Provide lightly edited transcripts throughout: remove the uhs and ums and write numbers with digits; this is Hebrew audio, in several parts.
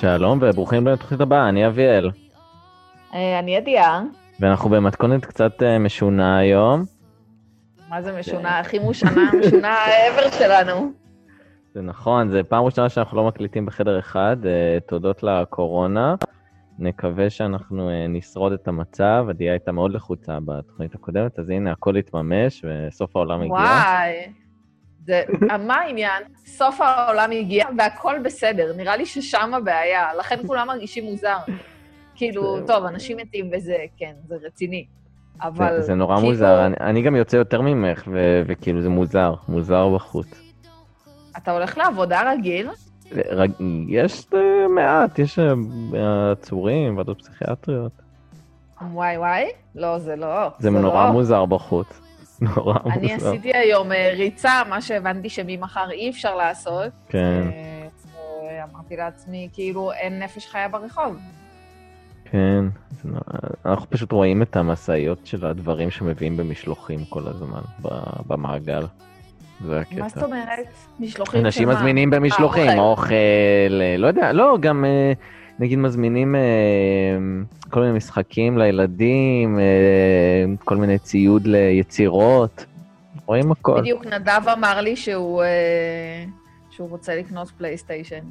שלום וברוכים לתוכנית הבאה, אני אביאל. אני ידיעה. ואנחנו במתכונת קצת משונה היום. מה זה משונה? הכי משונה ever שלנו. זה נכון, זה פעם ראשונה שאנחנו לא מקליטים בחדר אחד, תודות לקורונה. נקווה שאנחנו נשרוד את המצב, עדיה הייתה מאוד לחוצה בתוכנית הקודמת, אז הנה הכל התממש וסוף העולם הגיע. וואי, מה העניין? סוף העולם הגיע והכל בסדר, נראה לי ששם הבעיה, לכן כולם מרגישים מוזר. כאילו, טוב, אנשים מתים וזה, כן, זה רציני. אבל זה נורא כאילו... מוזר, אני גם יוצא יותר ממך, וכאילו זה מוזר בחוץ. אתה הולך לעבודה רגיל? יש מעט, יש עצורים, ועדות פסיכיאטריות. וואי, לא, זה לא. זה נורא מוזר בחוץ. נורא מוזר. אני עשיתי היום ריצה, מה שהבנתי שממחר אי אפשר לעשות. כן. אמרתי לעצמי, כאילו, אין נפש חיה ברחוב. כן. אנחנו פשוט רואים את המסעיות של הדברים שמביאים במשלוחים כל הזמן, במעגל. זה הקטע. מה זאת אומרת? משלוחים של מה? אנשים מזמינים במשלוחים, אוכל, לא יודע, לא, גם נגיד מזמינים כל מיני משחקים לילדים, כל מיני ציוד ליצירות, רואים הכל. בדיוק נדב אמר לי שהוא רוצה לקנות פלייסטיישן.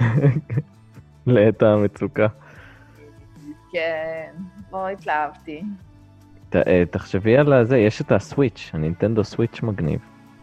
לעת המצוקה. כן, לא התלהבתי. תחשבי על זה, יש את הסוויץ', הנינטנדו סוויץ' מגניב.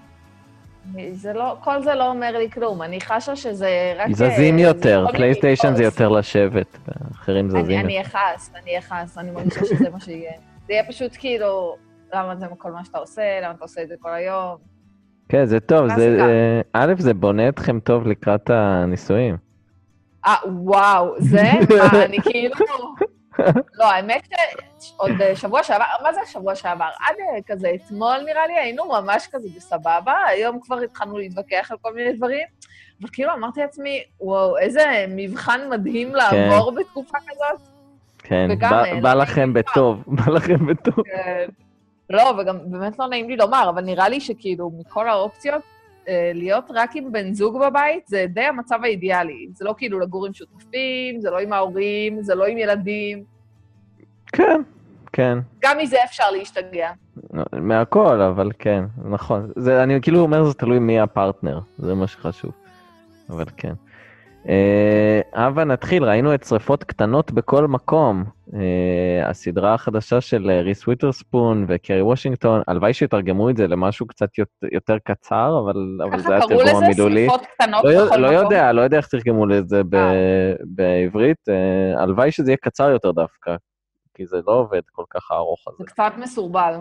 כל זה לא אומר לי כלום, אני חשה שזה רק... זזים יותר, פלייסטיישן זה יותר לשבת, אחרים זזים. אני אכעס, אני מרגישה שזה מה שיהיה. זה יהיה פשוט כאילו, למה זה כל מה שאתה עושה, למה אתה עושה את זה כל היום. כן, זה טוב, א', זה בונה אתכם טוב לקראת הניסויים. וואו, זה מה, אני כאילו... לא, האמת שעוד שבוע שעבר, מה זה השבוע שעבר? עד כזה אתמול נראה לי, היינו ממש כזה בסבבה, היום כבר התחלנו להתווכח על כל מיני דברים, אבל כאילו אמרתי לעצמי, וואו, איזה מבחן מדהים לעבור בתקופה כזאת. כן, בא לכם בטוב, בא לכם בטוב. לא, וגם באמת לא נעים לי לומר, אבל נראה לי שכאילו מכל האופציות, להיות רק עם בן זוג בבית, זה די המצב האידיאלי. זה לא כאילו לגור עם שותפים, זה לא עם ההורים, זה לא עם ילדים. כן, כן. גם מזה אפשר להשתגע. מהכל, אבל כן, נכון. אני כאילו אומר, זה תלוי מי הפרטנר, זה מה שחשוב. אבל כן. אבל נתחיל, ראינו את שריפות קטנות בכל מקום. הסדרה החדשה של ריס ווית'רספון וקרי וושינגטון, הלוואי שיתרגמו את זה למשהו קצת יותר קצר, אבל זה היה תרגום המילולי. שריפות קטנות בכל מקום? לא יודע איך תרגמו לזה בעברית, הלוואי שזה יהיה קצר יותר דווקא, כי זה לא עובד כל כך הארוך הזה. זה קצת מסורבל.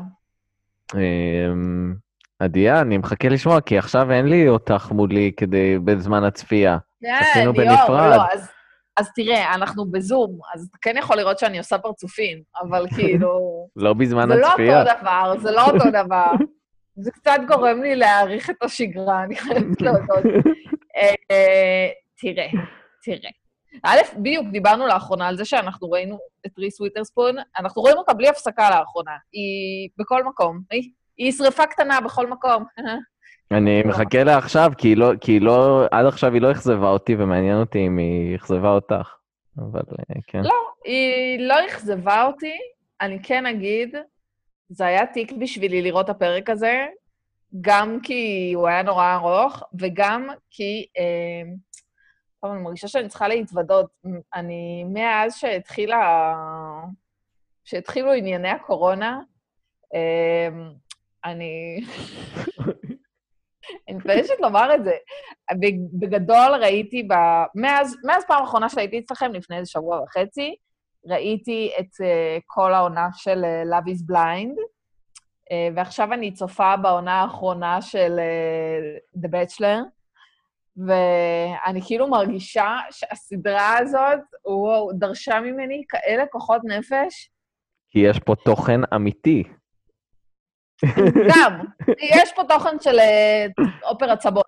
עדיה, אני מחכה לשמוע, כי עכשיו אין לי אותך מולי כדי בזמן הצפייה. עשינו בנפרד. אז תראה, אנחנו בזום, אז אתה כן יכול לראות שאני עושה פרצופים, אבל כאילו... לא בזמן הצפייה. זה לא אותו דבר. זה קצת גורם לי להעריך את השגרה, אני חייבת להודות. תראה. א', בדיוק דיברנו לאחרונה על זה שאנחנו ראינו את ריס ווית'רספון, אנחנו רואים אותה בלי הפסקה לאחרונה. היא בכל מקום. היא שריפה קטנה בכל מקום. אני מחכה לה עכשיו, כי עד עכשיו היא לא אכזבה אותי, ומעניין אותי אם היא אכזבה אותך. אבל כן. לא, היא לא אכזבה אותי, אני כן אגיד, זה היה תיק בשבילי לראות את הפרק הזה, גם כי הוא היה נורא ארוך, וגם כי, אני מרגישה שאני צריכה להתוודות, אני מאז שהתחילו ענייני הקורונה, אני מתביישת לומר את זה. בגדול ראיתי, מאז פעם האחרונה שהייתי אצלכם, לפני איזה שבוע וחצי, ראיתי את כל העונה של Love is Blind, ועכשיו אני צופה בעונה האחרונה של The Bachelor, ואני כאילו מרגישה שהסדרה הזאת, דרשה ממני כאלה כוחות נפש. כי יש פה תוכן אמיתי. גם, יש פה תוכן של אופרת סבון,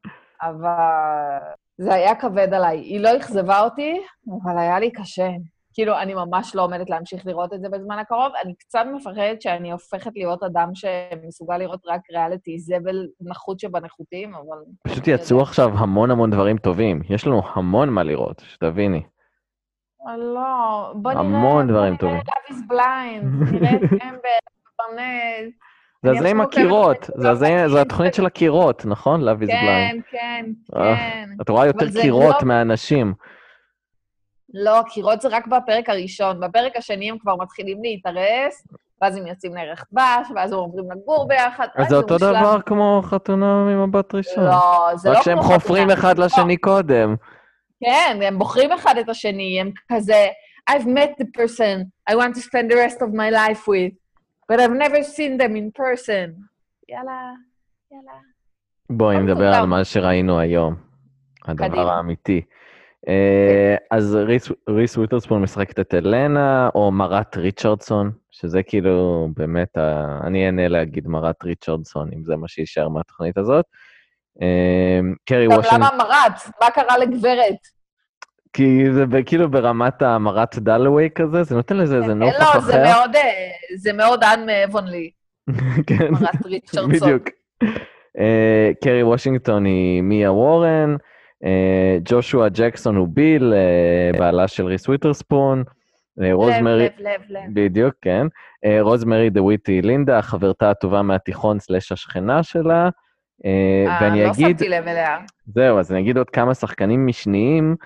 אבל זה היה כבד עליי. היא לא אכזבה אותי, אבל היה לי קשה. כאילו, אני ממש לא עומדת להמשיך לראות את זה בזמן הקרוב. אני קצת מפחדת שאני הופכת להיות אדם שמסוגל לראות רק ריאליטי זבל נחות שבנחותים, אבל... פשוט יצאו עכשיו המון דברים טובים. יש לנו המון מה לראות, שתביני. לא, המון בוא דברים נראה טובים. Love is Blind, נראה את אמבר, בפרנז. זה אני הזה עם עכשיו עוקבת אחרי הקירות, כולם זה התוכנית של הקירות, נכון? Love is Blind. כן, כן, כן. את רואה יותר אבל זה קירות מהאנשים. לא, קירות זה רק בפרק הראשון. בפרק השני הם כבר מתחילים להתארס, ואז הם יוצאים לערך דבש, ואז הם עוברים לגור ביחד. אז זה אותו דבר כמו חתונה ממבט ראשון. לא, זה לא רק כמו שהם חתונה. חופרים אחד לשני קודם. כן, הם בוחרים אחד את השני, הם כזה, I've met the person I want to spend the rest of my life with, but I've never seen them in person. יאללה. בואי נדבר על מה שראינו היום. הדבר האמיתי. אז ריס ווית'רספון משחקת את אלנה, או מרת ריצ'רדסון, שזה כאילו באמת, אני אענה להגיד מרת ריצ'רדסון, אם זה מה שישאר מהתוכנית הזאת. קרי וושינגטון... למה מרת? מה קרה לגברת? כי זה כאילו ברמת המרת דלווי כזה, זה נותן לזה איזה נופח אחר. לא, זה מאוד אן מאבונלי. כן, מרת ריצ'רדסון. בדיוק. קרי וושינגטון היא מיה וורן, ג'ושוע ג'קסון הוא ביל, בעלה של ריס ווית'רספון, רוזמרי, לב. בדיוק, כן, רוזמרי דוויטי לינדה, חברתה הטובה מהתיכון סלש השכנה שלה, ואני אגיד... לא שמתי לב אליה. זהו, אז אני אגיד עוד כמה שחקנים משניים,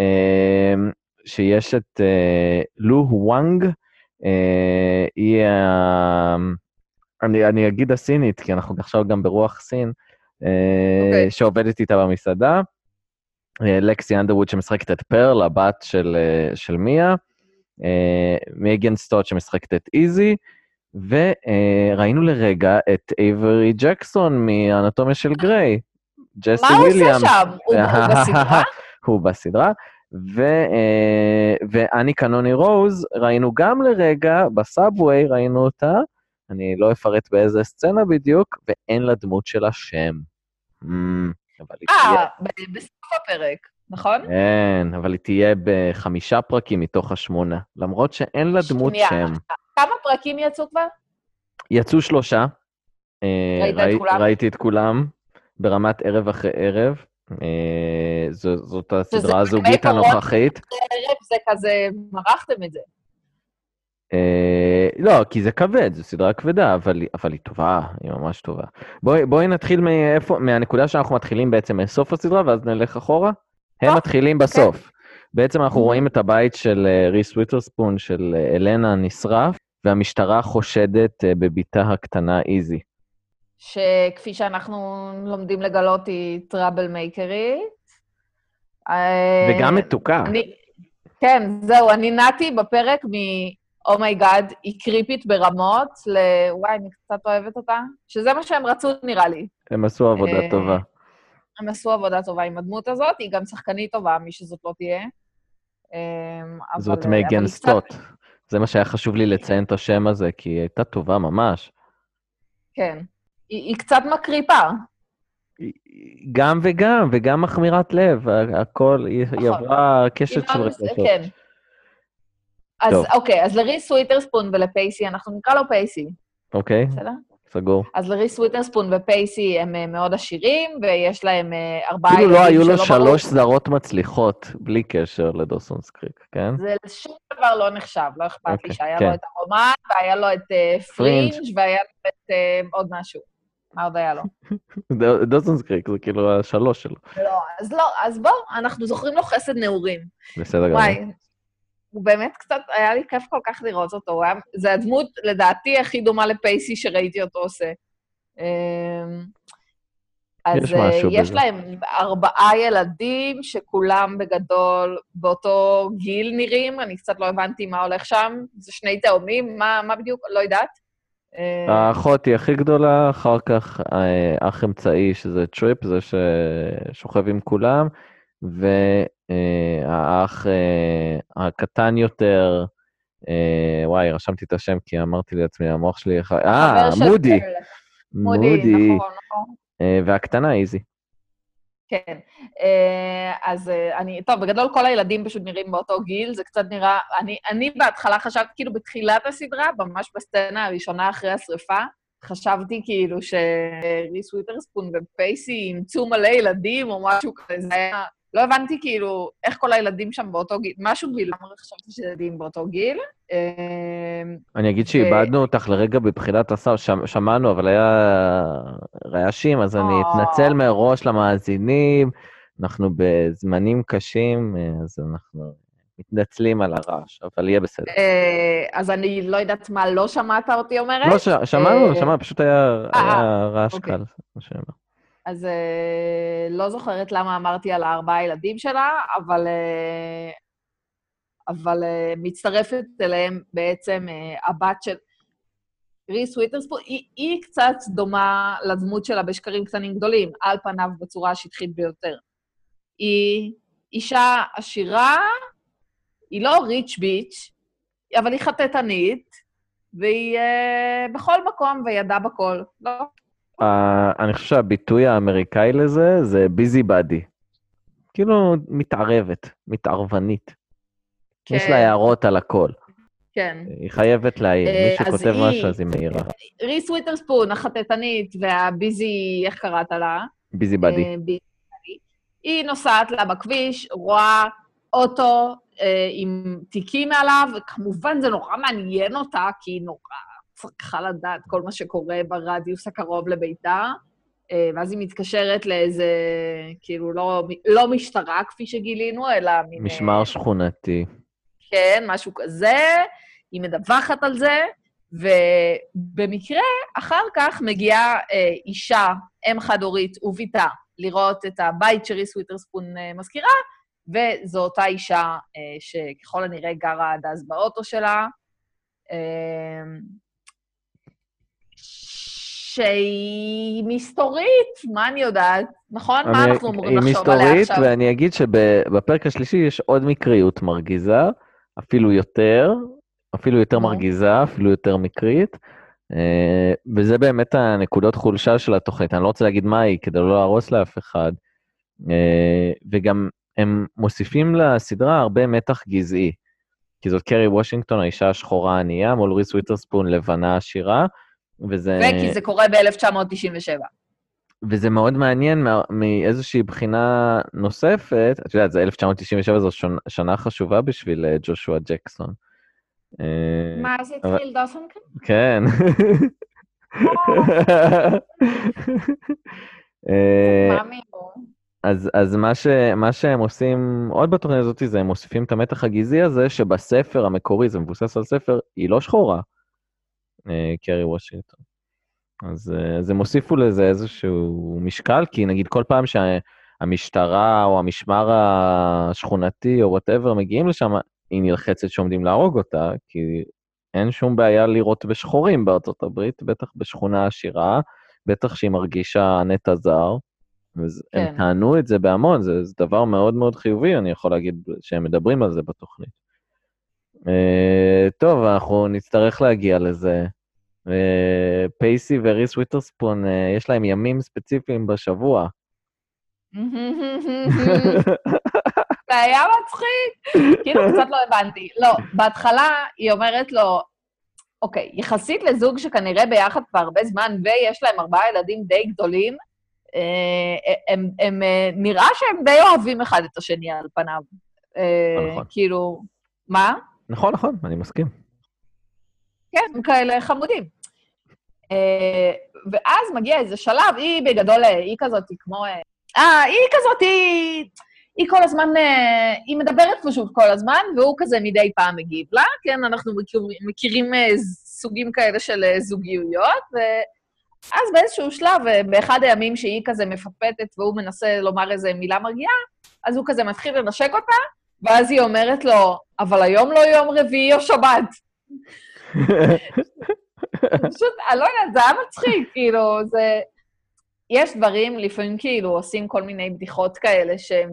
שיש את לו וואנג, היא... אני אגיד הסינית, כי אנחנו עכשיו גם ברוח סין, שעובדת איתה במסעדה, לקסי אנדרווד שמשחקת את פרל, הבת של מיה, מייגן סטוט שמשחקת את איזי, וראינו לרגע את אייברי ג'קסון מאנטומיה של גריי, ג'סי וויליאמס. מה הוא עושה שם? הוא בסדרה? הוא בסדרה, ואני קנוני רוז, ראינו גם לרגע, בסאבווי ראינו אותה, אני לא אפרט באיזה סצנה בדיוק, ואין לה דמות של השם. בסוף הפרק, נכון? כן, אבל היא תהיה ב5 פרקים מתוך 8, למרות שאין לה דמות שם. כמה פרקים יצאו כבר? יצאו 3. ראית את כולם? ראיתי את כולם, ברמת ערב אחרי ערב. זאת הסדרה הזוגית הנוכחית. זה כזה, מרחתם את זה. לא, כי זה כבד, זו סדרה כבדה, אבל היא טובה, היא ממש טובה. בואי נתחיל מהנקודה שאנחנו מתחילים בעצם מסוף הסדרה, ואז נלך אחורה. הם מתחילים בסוף. בעצם אנחנו רואים את הבית של ריס ווית'רספון, של אלנה נשרף, והמשטרה חושדת בביתה הקטנה איזי. שכפי שאנחנו לומדים לגלות היא טראבל מייקרית. וגם מתוקה. כן, זהו, אני נעתי בפרק אומייגאד, היא קריפית ברמות, וואי, אני קצת אוהבת אותה, שזה מה שהם רצו, נראה לי. הם עשו עבודה טובה. הם עשו עבודה טובה עם הדמות הזאת, היא גם שחקנית טובה, מי שזאת לא תהיה. זאת מייגן סטוט. זה מה שהיה חשוב לי לציין את השם הזה, כי היא הייתה טובה ממש. כן. היא קצת מקריפה. גם וגם מחמירת לב, הכל, היא עברה קשת של רגשות. כן. אז אוקיי, אז לריס ווית'רספון ולפייסי, אנחנו נקרא לו פייסי. אוקיי, סגור. אז לריס ווית'רספון ופייסי הם מאוד עשירים, ויש להם 4 ילדים כאילו לא היו לו 3 סדרות מצליחות, בלי קשר לדוסונס קריק, כן? זה שום דבר לא נחשב, לא אכפת לי שהיה לו את הרומן, והיה לו את פרינג' והיה לו את עוד משהו. מה עוד היה לו? דוסונס קריק, זה כאילו 3 שלו. לא, אז בואו, אנחנו זוכרים לו חסד נעורים. בסדר גמור. וואי, הוא באמת קצת, היה לי כיף כל כך לראות אותו, זה הדמות, לדעתי, הכי דומה לפייסי שראיתי אותו עושה. אז יש להם 4 ילדים שכולם בגדול באותו גיל נראים, אני קצת לא הבנתי מה הולך שם, זה 2 תאומים, מה בדיוק? לא יודעת. האחות היא הכי גדולה, אחר כך אח אמצעי שזה טריפ, זה ששוכב עם כולם, והאח הקטן יותר, וואי, רשמתי את השם כי אמרתי לעצמי, המוח שלי, מודי, והקטנה איזי. כן. אז טוב, בגדול כל הילדים פשוט נראים באותו גיל, זה קצת נראה, אני בהתחלה חשבתי, כאילו בתחילת הסדרה, ממש בסצנה הראשונה אחרי השריפה, חשבתי כאילו שריס ווית'רספון ופייסי אימצו מלא ילדים או משהו כזה, זה היה... לא הבנתי כאילו איך כל הילדים שם באותו גיל, משהו בי, למה חשבתי שילדים באותו גיל. אני אגיד שאיבדנו אותך לרגע בתחילת הסאו, שמענו, אבל היה רעשים, אז אני אתנצל מראש למאזינים, אנחנו בזמנים קשים, אז אנחנו מתנצלים על הרעש, אבל יהיה בסדר. אז אני לא יודעת מה, לא שמעת אותי אומרת? לא, שמענו, פשוט היה רעש קל. אז לא זוכרת למה אמרתי על 4 ילדים שלה, אבל מצטרפת אליהם בעצם הבת של ריס ווית'רספון, היא קצת דומה לדמות שלה בשקרים קטנים גדולים, על פניו בצורה השטחית ביותר. היא אישה עשירה, היא לא ריץ' ביץ', אבל היא חטטנית, והיא בכל מקום וידעה בכל. לא? אני חושב שהביטוי האמריקאי לזה זה ביזי בדי. כאילו מתערבנית. כן. יש לה הערות על הכל. כן. היא חייבת להעיר. מי שכותב משהו אז היא מעירה. ריס ווית'רספון, החטטנית והביזי, איך קראת לה? ביזי בדי. היא נוסעת לה בכביש, רואה אוטו עם תיקים מעליו, וכמובן זה נורא מעניין אותה, כי היא נורא צריכה לדעת כל מה שקורה ברדיוס הקרוב לביתה, ואז היא מתקשרת לאיזה, כאילו, לא משטרה כפי שגילינו, אלא מין... משמר שכונתי. כן, משהו כזה, היא מדווחת על זה, ובמקרה, אחר כך מגיעה אישה, אם חד-הורית וביתה, לראות את הבית שריס ווית'רספון מזכירה, וזו אותה אישה שככל הנראה גרה עד אז באוטו שלה, שהיא מסתורית, מה אני יודעת? נכון? מה אנחנו אמורים לחשוב עליה עכשיו? היא מסתורית, ואני אגיד שבפרק השלישי יש עוד מקריות מרגיזה, אפילו יותר מרגיזה, אפילו יותר מקרית, וזה באמת הנקודות חולשה של התוכנית. אני לא רוצה להגיד מה היא, כדי לא להרוס לאף אחד, וגם הם מוסיפים לסדרה הרבה מתח גזעי, כי זאת קרי וושינגטון, האישה השחורה הענייה, מול ריס ווית'רספון לבנה עשירה, וכי זה קורה ב-1997. וזה מאוד מעניין מאיזושהי בחינה נוספת, את יודעת, זה 1997, זו שנה חשובה בשביל ג'ושוע ג'קסון. מה, זה התחיל דופן כאן? כן. אז מה שהם עושים עוד בתוכנית הזאת, זה הם מוסיפים את המתח הגזעי הזה, שבספר המקורי, זה מבוסס על ספר, היא לא שחורה, קרי וושינגטון. אז הם הוסיפו לזה איזשהו משקל, כי נגיד כל פעם שהמשטרה או המשמר השכונתי או whatever מגיעים לשם, היא נלחצת שעומדים להרוג אותה, כי אין שום בעיה לראות בשחורים בארצות הברית, בטח בשכונה עשירה, בטח שהיא מרגישה נטע זר, והם טענו את זה בהמון, זה דבר מאוד מאוד חיובי, אני יכול להגיד שהם מדברים על זה בתוכנית. טוב, אנחנו נצטרך להגיע לזה. פייסי וריס ווית'רספון, יש להם ימים ספציפיים בשבוע. זה היה מצחיק. כאילו קצת לא הבנתי. לא, בהתחלה היא אומרת לו, אוקיי, יחסית לזוג שכנראה ביחד כבר הרבה זמן, ויש להם 4 ילדים די גדולים, הם נראה שהם די אוהבים אחד את השני על פניו. נכון. כאילו, מה? נכון, אני מסכים. כן, הם כאלה חמודים. ואז מגיע איזה שלב, היא בגדול, היא כזאת, היא כמו... היא כזאת, היא כל הזמן, היא מדברת פשוט כל הזמן, והוא כזה מדי פעם מגיב לה, כן, אנחנו מכירים סוגים כאלה של זוגיות, ואז באיזשהו שלב, באחד הימים שהיא כזה מפפטת, והוא מנסה לומר איזה מילה מרגיעה, אז הוא כזה מתחיל לנשק אותה, ואז היא אומרת לו, אבל היום לא יום רביעי או שבת. פשוט, אני לא יודעת, זה היה מצחיק, כאילו, זה... יש דברים, לפעמים כאילו עושים כל מיני בדיחות כאלה שהם...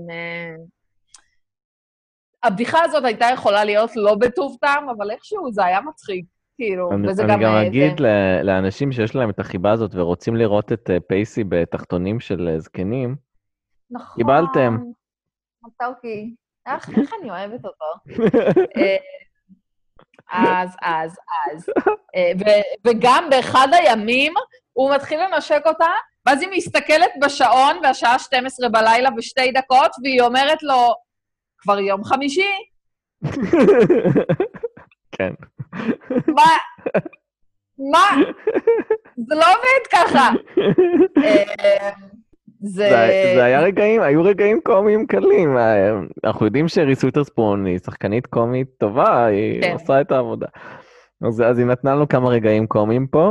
הבדיחה הזאת הייתה יכולה להיות לא בטוב טעם, אבל איכשהו זה היה מצחיק, כאילו, וזה גם... אני גם אגיד לאנשים שיש להם את החיבה הזאת ורוצים לראות את פייסי בתחתונים של זקנים, קיבלתם. נכון, מתוקי. איך אני אוהבת אותו. אה, אז. וגם באחד הימים הוא מתחיל לנשק אותה, ואז היא מסתכלת בשעון, והשעה 12 בלילה ו2 דקות, והיא אומרת לו, כבר יום חמישי? כן. מה? מה? זה לא עובד ככה. אה, זה היה רגעים, היו רגעים קומיים קלים. אנחנו יודעים שריס ווית'רספון היא שחקנית קומית טובה, היא כן. עושה את העבודה. אז היא נתנה לנו כמה רגעים קומיים פה.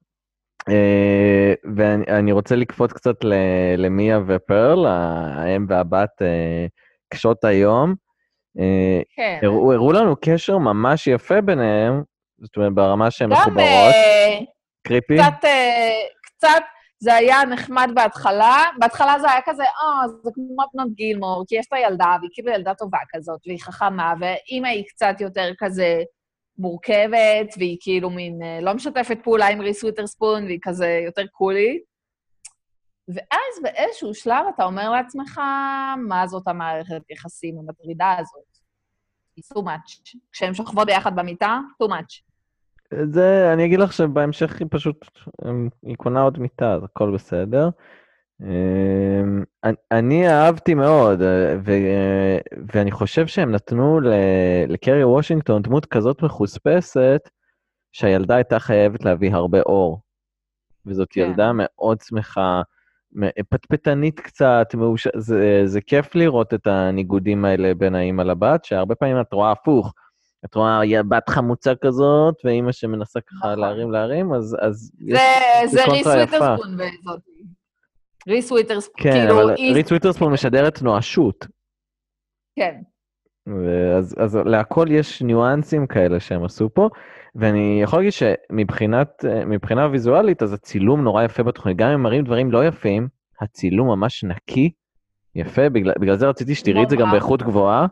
ואני רוצה לקפוץ קצת למיה ופרל, האם והבת קשות היום. כן. הראו לנו קשר ממש יפה ביניהם, זאת אומרת ברמה שהן גם מחוברות. קריפי? קצת, זה היה נחמד בהתחלה זה היה כזה, זה כמו בנות גילמור, כי יש לה ילדה, והיא כאילו ילדה טובה כזאת, והיא חכמה, ואמא היא קצת יותר כזה מורכבת, והיא כאילו מין, לא משתפת פעולה עם ריס ווית'רספון, והיא כזה יותר קולית. ואז באיזשהו שלב אתה אומר לעצמך, מה זאת המערכת יחסים המטרידה הזאת? היא too much. כשהן שוכבות ביחד במיטה, too much. אני אגיד לך שבהמשך היא פשוט, היא קונה עוד מיטה, אז הכל בסדר. אני אהבתי מאוד, ואני חושב שהם נתנו לקרי וושינגטון דמות כזאת מחוספסת, שהילדה הייתה חייבת להביא הרבה אור. וזאת ילדה מאוד שמחה, פטפטנית קצת, זה כיף לראות את הניגודים האלה בין האמא לבת, שהרבה פעמים את רואה הפוך. את רואה בת חמוצה כזאת, ואמא שמנסה ככה להרים, אז זה ריס ווית'רספון וזאת. ריס ווית'רספון, כן, כאילו... אבל ריס ווית'רספון משדרת נואשות. כן. אז להכל יש ניואנסים כאלה שהם עשו פה, ואני יכול להגיד שמבחינה ויזואלית, אז הצילום נורא יפה בתוכנית, גם אם מראים דברים לא יפים, הצילום ממש נקי, יפה, בגלל זה רציתי שתראי את זה גם באיכות גבוהה.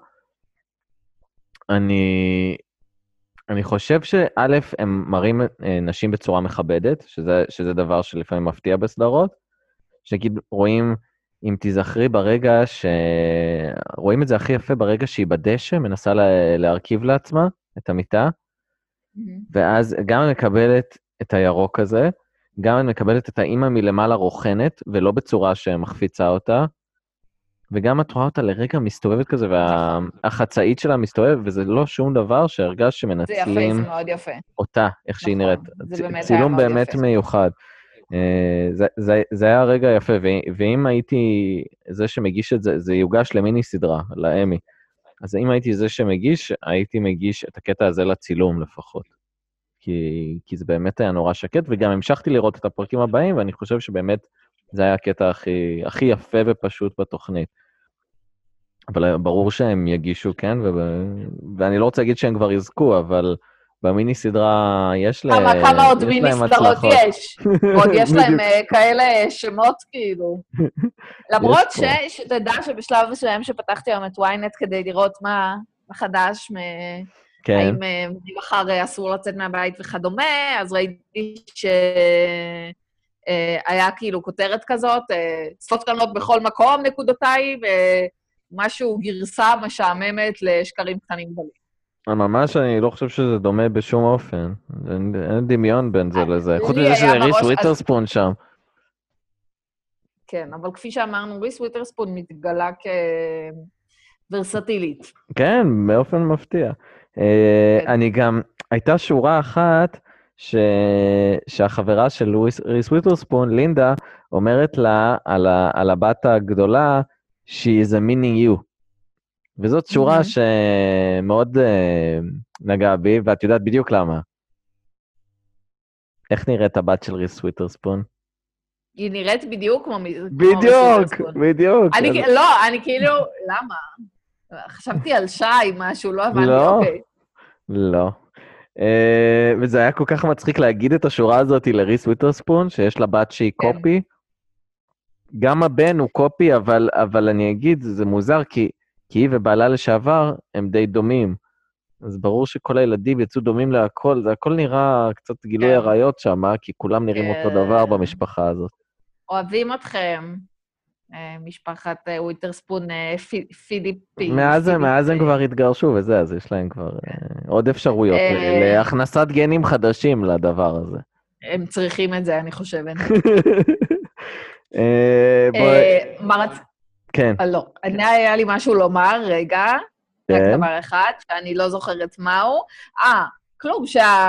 אני חושב שא' הם מראים נשים בצורה מכבדת, שזה דבר שלפעמים מפתיע בסדרות, שגיד רואים, אם תזכרי ברגע רואים את זה הכי יפה ברגע שהיא בדשא, מנסה להרכיב לעצמה את המיטה, ואז גם אני מקבלת את הירוק הזה, גם אני מקבלת את האמא מלמעלה רוחנת, ולא בצורה שמחפיצה אותה, וגם את רואה אותה לרגע מסתובבת כזה, והחצאית שלה מסתובבת, וזה לא שום דבר שהרגש שמנצלים זה מאוד יפה. אותה, איך שהיא נראית. זה באמת צילום באמת מיוחד. זה היה רגע יפה, ואם הייתי זה שמגיש את זה, זה יוגש למיני סדרה, לאמי. אז אם הייתי זה שמגיש, הייתי מגיש את הקטע הזה לצילום לפחות. כי זה באמת היה נורא שקט, וגם המשכתי לראות את הפרקים הבאים, ואני חושב שבאמת זה היה הקטע הכי יפה ופשוט בתוכנית. אבל ברור שהם יגישו, כן, ואני לא רוצה להגיד שהם כבר יזכו, אבל במיני סדרה יש להם הצלחות. כמה עוד מיני סדרות יש? עוד יש להם כאלה שמות כאילו. למרות שתדע שבשלב מסוים שפתחתי היום את ynet כדי לראות מה חדש, האם מחר אסור לצאת מהבית וכדומה, אז ראיתי שהיה כאילו כותרת כזאת, צפות קטנות בכל מקום, נקודותיי, ומשהו גרסה משעממת לשקרים קטנים גדולים. ממש, אני לא חושב שזה דומה בשום אופן. אין דמיון בין זה לזה. חוץ מזה שזה ריס ווית'רספון שם. כן, אבל כפי שאמרנו, ריס ווית'רספון מתגלה כוורסטילית. כן, באופן מפתיע. אני גם, הייתה שורה אחת שהחברה של ריס ווית'רספון, לינדה, אומרת לה על הבת הגדולה, she is a meaning you. וזאת שורה שמאוד נגעה בי, ואת יודעת בדיוק למה. איך נראית הבת של ריס ווית'רספון? היא נראית בדיוק כמו ריס ווית'רספון. בדיוק. לא, אני כאילו, למה? חשבתי על שי, משהו, לא הבנתי, אוקיי. לא. וזה היה כל כך מצחיק להגיד את השורה הזאת לריס ווית'רספון, שיש לה בת שהיא קופי. גם הבן הוא קופי, אבל אני אגיד, זה מוזר, כי היא ובעלה לשעבר הם די דומים. אז ברור שכל הילדים יצאו דומים להכל, זה הכל נראה קצת גילוי עריות שם, כי כולם נראים אותו דבר במשפחה הזאת. אוהבים אתכם. משפחת וויטרספון פיליפי. מאז הם כבר התגרשו וזה, אז יש להם כבר עוד אפשרויות להכנסת גנים חדשים לדבר הזה. הם צריכים את זה, אני חושבת. כן. לא, היה לי משהו לומר, רגע, רק דבר אחד, שאני לא זוכרת מהו. כלום,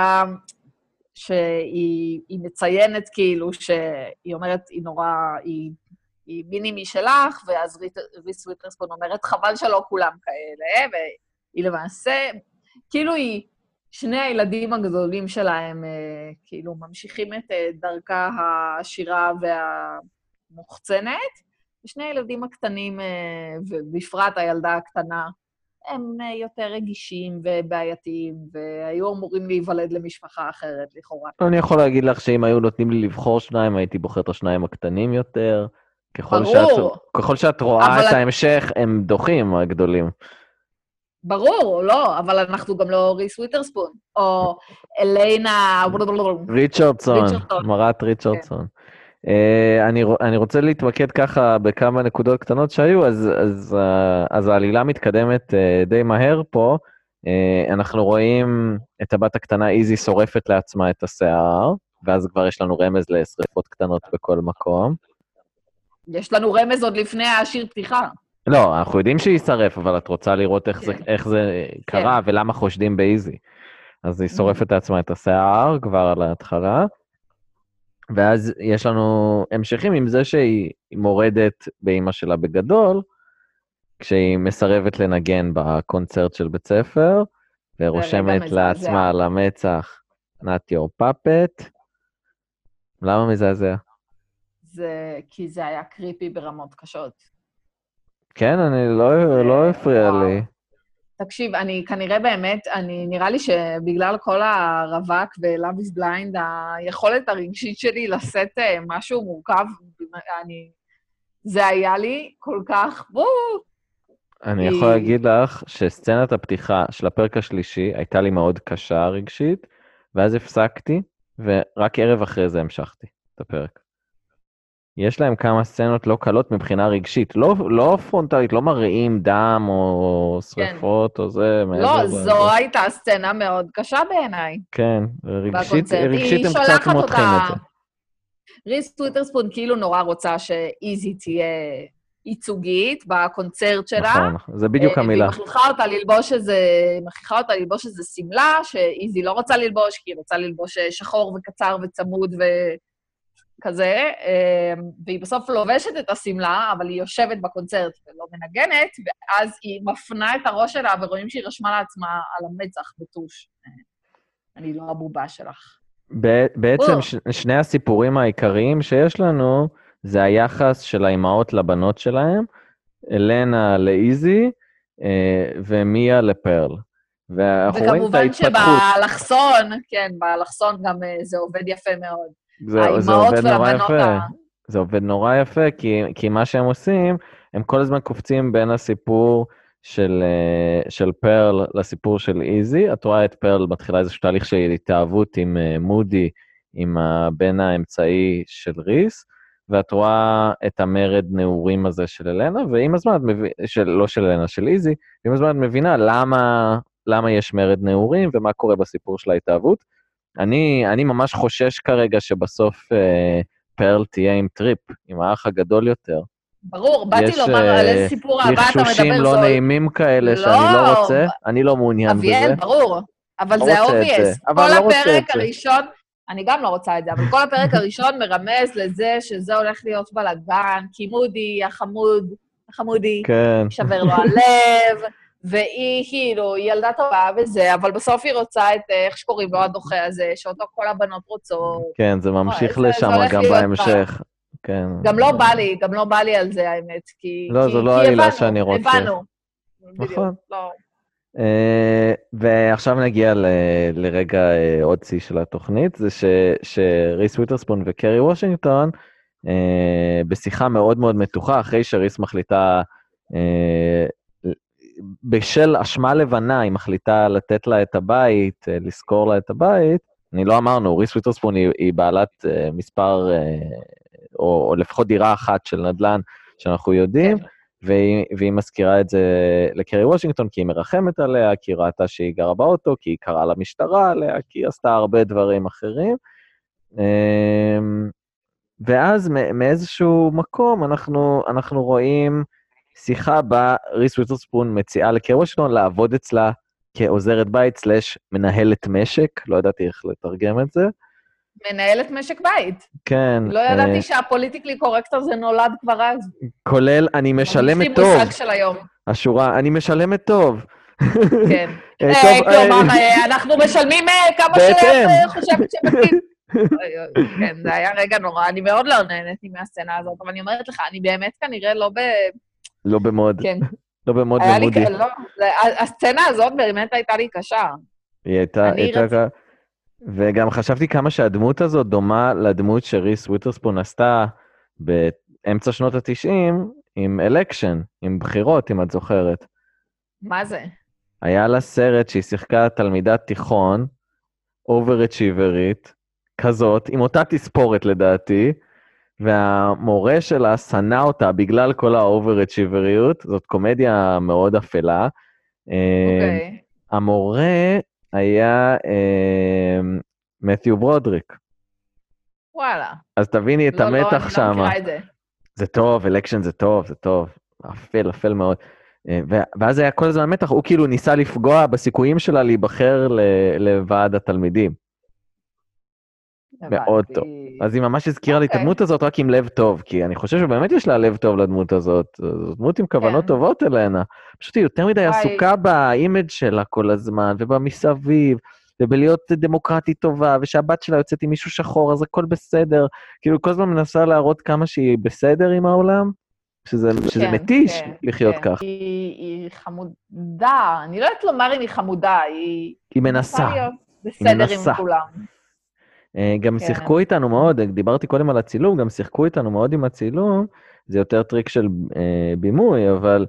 שהיא מציינת כאילו, שהיא אומרת, היא נורא, היא מיני משלך, ואז ריס וויטרספון אומרת, חבל שלא כולם כאלה, והיא למעשה, כאילו היא, שני הילדים הגדולים שלהם, כאילו, ממשיכים את דרכה העשירה והמוחצנת, ושני הילדים הקטנים, ובפרט הילדה הקטנה, הם יותר רגישים ובעייתיים, והיו אמורים להיוולד למשפחה אחרת, לכאורה. אני יכול להגיד לך שאם היו נותנים לי לבחור שניים, הייתי בוחר את השניים הקטנים יותר. ברור. ככל שאת רואה את ההמשך, הם דוחים, הגדולים. ברור, לא, אבל אנחנו גם לא ריס וויטרספון, או אליינה... ריצ'רדסון, מרת ריצ'רדסון. אני רוצה להתמקד ככה בכמה נקודות קטנות שהיו, אז העלילה מתקדמת די מהר פה. אנחנו רואים את הבת הקטנה איזי שורפת לעצמה את השיער, ואז כבר יש לנו רמז לשריפות קטנות בכל מקום. יש לנו רמז עוד לפני השיר פתיחה. לא, אנחנו יודעים שהיא שרף, אבל את רוצה לראות איך זה קרה ולמה חושדים באיזי. אז היא שורפת לעצמה את השיער כבר על ההתחלה. ואז יש לנו המשכים עם זה שהיא מורדת באמא שלה בגדול, כשהיא מסרבת לנגן בקונצרט של בית ספר, ורושמת לעצמה על המצח, not your puppet. למה מזעזע? כי זה היה קריפי ברמות קשות. כן, אני לא הפריע לי. תקשיב, אני כנראה באמת, נראה לי שבגלל כל הרווק ו-Love is Blind, היכולת הרגשית שלי לשאת משהו מורכב, זה היה לי כל כך, אני יכול להגיד לך שסצנת הפתיחה של הפרק השלישי הייתה לי מאוד קשה רגשית, ואז הפסקתי, ורק ערב אחרי זה המשכתי את הפרק. יש להם כמה סצנות לא קלות מבחינה רגשית, לא פרונטלית, לא מראים דם או שריפות או זה. לא, זו הייתה סצנה מאוד קשה בעיניי. כן, רגשית הם קצת מותחים את זה. ריס וויטרספון כאילו נורא רוצה שאיזי תהיה ייצוגית בקונצרט שלה. נכון, זה בדיוק המילה. והיא מכריחה אותה ללבוש איזה סמלה, שאיזי לא רוצה ללבוש, כי היא רוצה ללבוש שחור וקצר וצמוד כזה, והיא בסוף לובשת את הסמלה, אבל היא יושבת בקונצרט ולא מנגנת, ואז היא מפנה את הראש שלה, ורואים שהיא רשמה לעצמה על המצח בטוש. אני לא הבובה שלך. בעצם שני הסיפורים העיקריים שיש לנו, זה היחס של האימהות לבנות שלהם, אלנה לאיזי, ומיה לפרל. וכמובן שבאלכסון, כן, באלכסון גם זה עובד יפה מאוד. זה עובד נורא יפה. זה עובד נורא יפה, כי מה שהם עושים, הם כל הזמן קופצים בין הסיפור של פרל לסיפור של איזי. את רואה את פרל מתחילה איזשהו תהליך של התאהבות עם מודי, עם הבן האמצעי של ריס, ואת רואה את המרד נעורים הזה של אלנה, ועם הזמן את מבינה, לא של אלנה, של איזי, ועם הזמן את מבינה למה יש מרד נעורים, ומה קורה בסיפור של ההתאהבות. אני ממש חושש כרגע שבסוף פרל תהיה עם טריפ, עם האח הגדול יותר. ברור, באתי לומר על איזה סיפור הבא אתה מדבר. יש לחשושים לא נעימים כאלה שאני לא רוצה, אני לא מעוניין בזה. אביאל, ברור, אבל זה האובייס. כל הפרק הראשון, אני גם לא רוצה את זה, אבל כל הפרק הראשון מרמז לזה שזה הולך להיות בלגן, כי מודי, החמודי, שבר לו הלב, והיא כאילו, היא ילדה טובה וזה, אבל בסוף היא רוצה את, איך שקוראים לו הדוחה הזה, שאותו כל הבנות רוצות. כן, זה ממשיך לשם גם בהמשך. גם לא בא לי על זה, האמת, כי... לא, זו לא העילה שאני רוצה. הבנו. נכון. ועכשיו נגיע לרגע עוד צי של התוכנית, זה שריס וויטרספון וקרי וושינגטון, בשיחה מאוד מאוד מתוחה, אחרי שריס מחליטה, בשל אשמה לבנה, היא מחליטה לתת לה את הבית, לזכור לה את הבית, אני לא אמרנו, ריס וויטרספון היא בעלת מספר, או לפחות דירה אחת של נדל"ן, שאנחנו יודעים, כן. והיא מזכירה את זה לקרי וושינגטון, כי היא מרחמת עליה, כי היא ראתה שהיא גרה באוטו, כי היא קראה למשטרה עליה, כי היא עשתה הרבה דברים אחרים. ואז מאיזשהו מקום אנחנו רואים שיחה בה ריס ווית'רספון מציעה לקרי וושינגטון לעבוד אצלה כעוזרת בית / מנהלת משק, לא ידעתי איך לתרגם את זה. מנהלת משק בית. כן. לא ידעתי שהפוליטיקלי קורקט הזה נולד כבר אז. כולל, אני משלמת טוב. יש לי מושג של היום. השורה, אני משלמת טוב. כן. טוב, כלומר, אנחנו משלמים כמה שאת חושבת שמתאים. כן, זה היה רגע נורא, אני מאוד לא נהניתי מהסצנה הזאת, אבל אני אומרת לך, אני באמת כנראה לא במוד, כן. לא במוד היה לי, ומודי. לא, הסצנה הזאת באמת הייתה לי קשה. היא הייתה, וגם חשבתי כמה שהדמות הזאת דומה לדמות שריס ווית'רספון עשתה באמצע שנות ה-90 עם אלקשן, עם בחירות, אם את זוכרת. מה זה? היה לה סרט שהיא שיחקה תלמידת תיכון, אובר-אצ'יברית, כזאת, עם אותה תספורת לדעתי, והמורה שלה שנא אותה בגלל כל האובר-אצ'יבריות, זאת קומדיה מאוד אפלה. אוקיי. המורה היה מתיו ברודריק. וואלה. אז תביני את המתח שם. לא, אני לא מכירה את זה. זה טוב, אלקשן זה טוב, זה טוב. אפל מאוד. ואז היה כל הזמן מתח, הוא כאילו ניסה לפגוע בסיכויים שלה להיבחר לוועד התלמידים. מאוד טוב. אז היא ממש הזכירה לי את הדמות הזאת רק עם לב טוב, כי אני חושב שבאמת יש לה לב טוב לדמות הזאת. זו דמות עם כוונות טובות אלינה. פשוט היא יותר מדי עסוקה באימג' שלה כל הזמן, ובמסביב, ובלהיות דמוקרטית טובה, ושהבת שלה יוצאת עם מישהו שחור, אז הכל בסדר. כאילו כל הזמן מנסה להראות כמה שהיא בסדר עם העולם, שזה מתיש לחיות כך. היא חמודה, אני לא יודעת לומר אם היא חמודה, היא מנסה. להיות בסדר עם כולם. גם שיחקו איתנו מאוד, דיברתי קודם על הצילום, גם שיחקו איתנו מאוד עם הצילום, זה יותר טריק של בימוי, אבל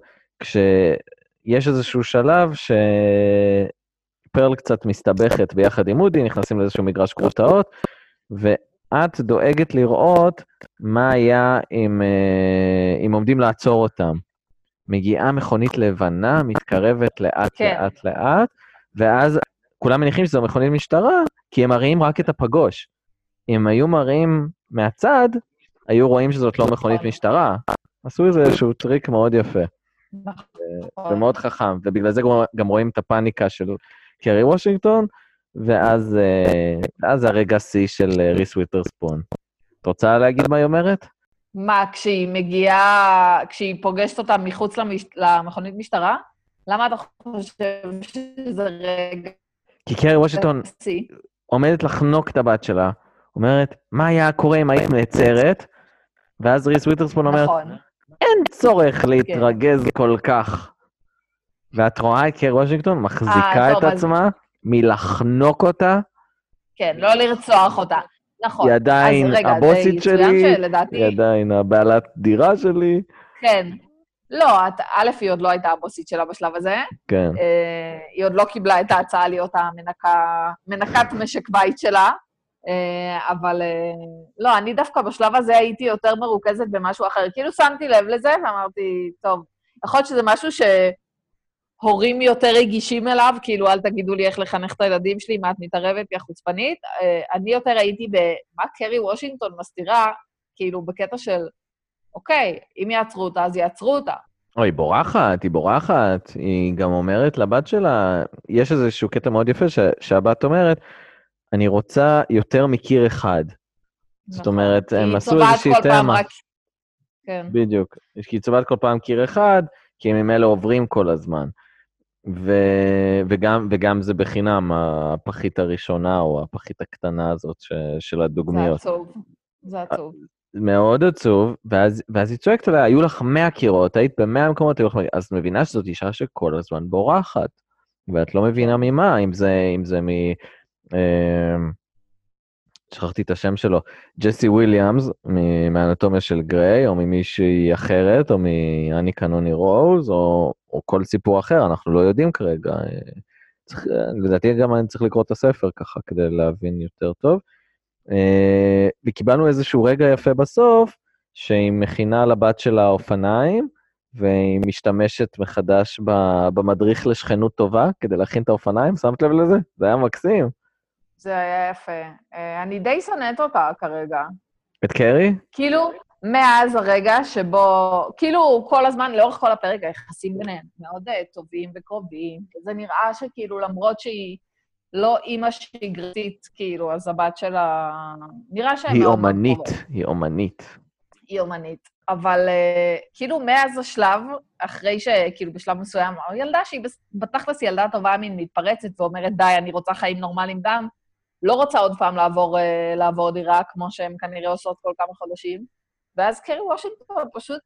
כשיש איזשהו שלב שפרל קצת מסתבכת ביחד עם מודי, נכנסים לאיזשהו מגרש קרוטאות, ואת דואגת לראות מה היה אם עומדים לעצור אותם. מגיעה מכונית לבנה, מתקרבת לאט, ואז כולם מניחים שזו מכונית משטרה, כי הם מראים רק את הפגוש. אם היו מראים מהצד, היו רואים שזאת לא מכונית משטרה. עשו איזשהו טריק מאוד יפה. ומאוד חכם, ובגלל זה גם רואים את הפאניקה של קרי וושינגטון, ואז הרגע שיא של ריס ווית'רספון. את רוצה להגיד מה היא אומרת? מה, כשהיא פוגשת אותה מחוץ למכונית משטרה? למה אתה חושב שזה רגע? כי קרי וושינגטון עומדת לחנוק את הבת שלה, אומרת, מה היה קורה אם היית נעצרת? ואז ריס ווית'רספון אומרת, אין צורך להתרגז כל כך. ואת רואה את קרי וושינגטון מחזיקה את עצמה מלחנוק אותה. כן, לא לרצוח אותה. נכון. היא עדיין הבוסית שלי, היא עדיין הבעלת דירה שלי. כן. לא, א', היא עוד לא הייתה הבוסית שלה בשלב הזה. כן. היא עוד לא קיבלה את ההצעה להיות מנקת משק בית שלה, אבל לא, אני דווקא בשלב הזה הייתי יותר מרוכזת במשהו אחר. כאילו שמתי לב לזה ואמרתי, טוב, יכול להיות שזה משהו שהורים יותר רגישים אליו, כאילו, אל תגידו לי איך לחנך את הילדים שלי, מה את מתערבת, כי החוצפנית. אני יותר הייתי במה קרי וושינגטון מסתירה, כאילו, בקטע של, אוקיי, אם יעצרו אותה, אז יעצרו אותה. היא בורחת. היא גם אומרת לבת שלה, יש איזשהו קטע מאוד יפה שהבת אומרת, אני רוצה יותר מקיר אחד. זאת אומרת, הם עשו איזושהי תמה. כן. בדיוק. כי היא צובעת כל פעם קיר אחד, כי הם ממילא עוברים כל הזמן. וגם זה בחינם, הפחית הראשונה, או הפחית הקטנה הזאת של הדוגמיות. זה עצוב. מאוד עצוב, ואז היא צועקת עליה, היו לך 100 קירות, היית ב100 מקומות, אז מבינה שזאת אישה שכל הזמן בורחת, ואת לא מבינה ממה, אם זה שכחתי את השם שלו, ג'סי וויליאמס, מהאנטומיה של גריי, או ממישהי אחרת, או מאני קנוני רוז, או כל סיפור אחר, אנחנו לא יודעים כרגע. לדעתי גם אני צריך לקרוא את הספר ככה, כדי להבין יותר טוב. וקיבלנו איזשהו רגע יפה בסוף, שהיא מכינה לבת שלה אופניים, והיא משתמשת מחדש במדריך לשכנות טובה, כדי להכין את האופניים, שמת לב לזה? זה היה מקסים. זה היה יפה. אני די שונאת אותה כרגע. את קרי? כאילו, מאז הרגע שבו, כאילו, כל הזמן, לאורך כל הפרק, היחסים ביניהם מאוד טובים וקרובים, וזה נראה שכאילו, למרות שהיא לא אימא שגרתית, כאילו, אז הבת שלה, נראה שהן היא מאוד מאוד אומנית, קרובות. היא אומנית. היא אומנית. אבל כאילו, מאז השלב, אחרי שכאילו בשלב מסוים, ילדה שהיא בתכלס ילדה טובה מין מתפרצת ואומרת, די, אני רוצה חיים נורמליים גם, לא רוצה עוד פעם לעבור דירה, כמו שהן כנראה עושות כל כמה חודשים. ואז קרי וושינגטון פשוט,